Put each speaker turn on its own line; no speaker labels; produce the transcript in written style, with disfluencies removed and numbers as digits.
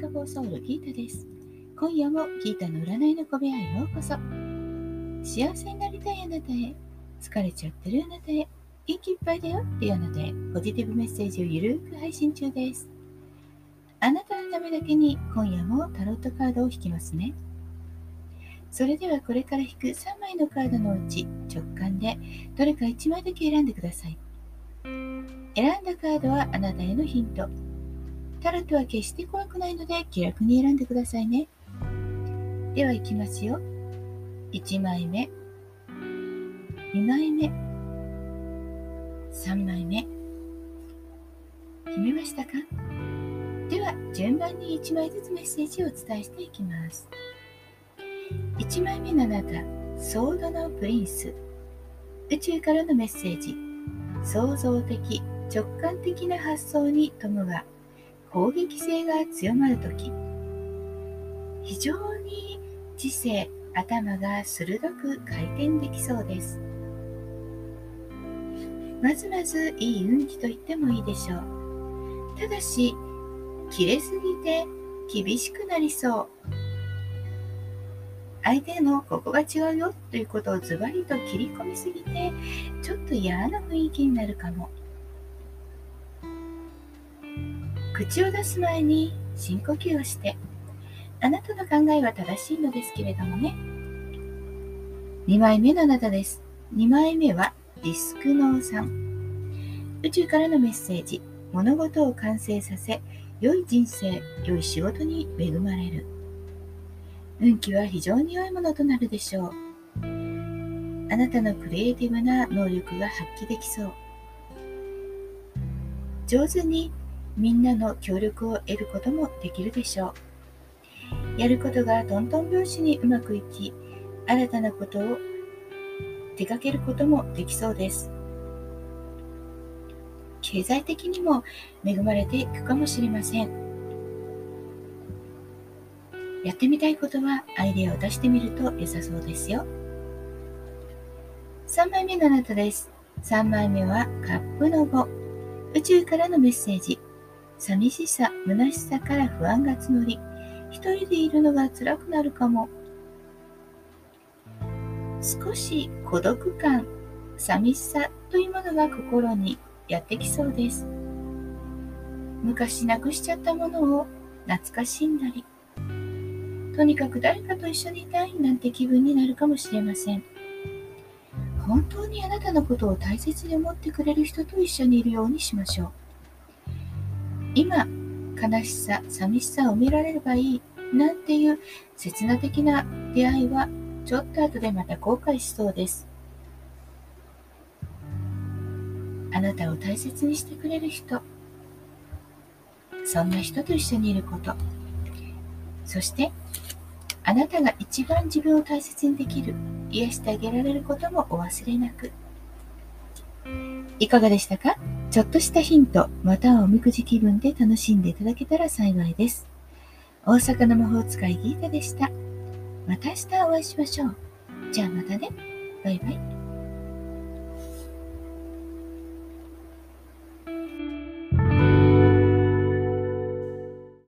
トフォーソウルギータです。今夜もギータの占いの小部屋へようこそ。幸せになりたいあなたへ、疲れちゃってるあなたへ、元気いっぱいだよっていうあなたへ、ポジティブメッセージをゆるーく配信中です。あなたのためだけに今夜もタロットカードを引きますね。それではこれから引く3枚のカードのうち直感でどれか1枚だけ選んでください。選んだカードはあなたへのヒント。タロットは決して怖くないので気楽に選んでくださいね。では行きますよ。1枚目、2枚目、3枚目。決めましたか？では順番に1枚ずつメッセージをお伝えしていきます。1枚目のあなた、ソードのプリンス。宇宙からのメッセージ。創造的、直感的な発想に富むが、攻撃性が強まるとき、非常に知性、頭が鋭く回転できそうです。まずまずいい運気と言ってもいいでしょう。ただし、切れすぎて厳しくなりそう。相手のここが違うよということをズバリと切り込みすぎて、ちょっと嫌な雰囲気になるかも。口を出す前に深呼吸をして、あなたの考えは正しいのですけれどもね。2枚目のあなたです。2枚目はディスクノーさん。宇宙からのメッセージ。物事を完成させ、良い人生、良い仕事に恵まれる。運気は非常に良いものとなるでしょう。あなたのクリエイティブな能力が発揮できそう。上手にみんなの協力を得ることもできるでしょう。やることがトントン拍子にうまくいき、新たなことを手掛けることもできそうです。経済的にも恵まれていくかもしれません。やってみたいことはアイデアを出してみると良さそうですよ。3枚目のあなたです。3枚目はカップの5。宇宙からのメッセージ。寂しさ、虚しさから不安が募り、一人でいるのが辛くなるかも。少し孤独感、寂しさというものが心にやってきそうです。昔なくしちゃったものを懐かしんだり、とにかく誰かと一緒にいたいなんて気分になるかもしれません。本当にあなたのことを大切に思ってくれる人と一緒にいるようにしましょう。今、悲しさ、寂しさを埋められればいいなんていう刹那的な出会いはちょっと後でまた後悔しそうです。あなたを大切にしてくれる人、そんな人と一緒にいること、そしてあなたが一番自分を大切にできる、癒してあげられることもお忘れなく。いかがでしたか？ちょっとしたヒント、またはおみくじ気分で楽しんでいただけたら幸いです。大阪の魔法使いギータでした。また明日お会いしましょう。じゃあまたね。バイバイ。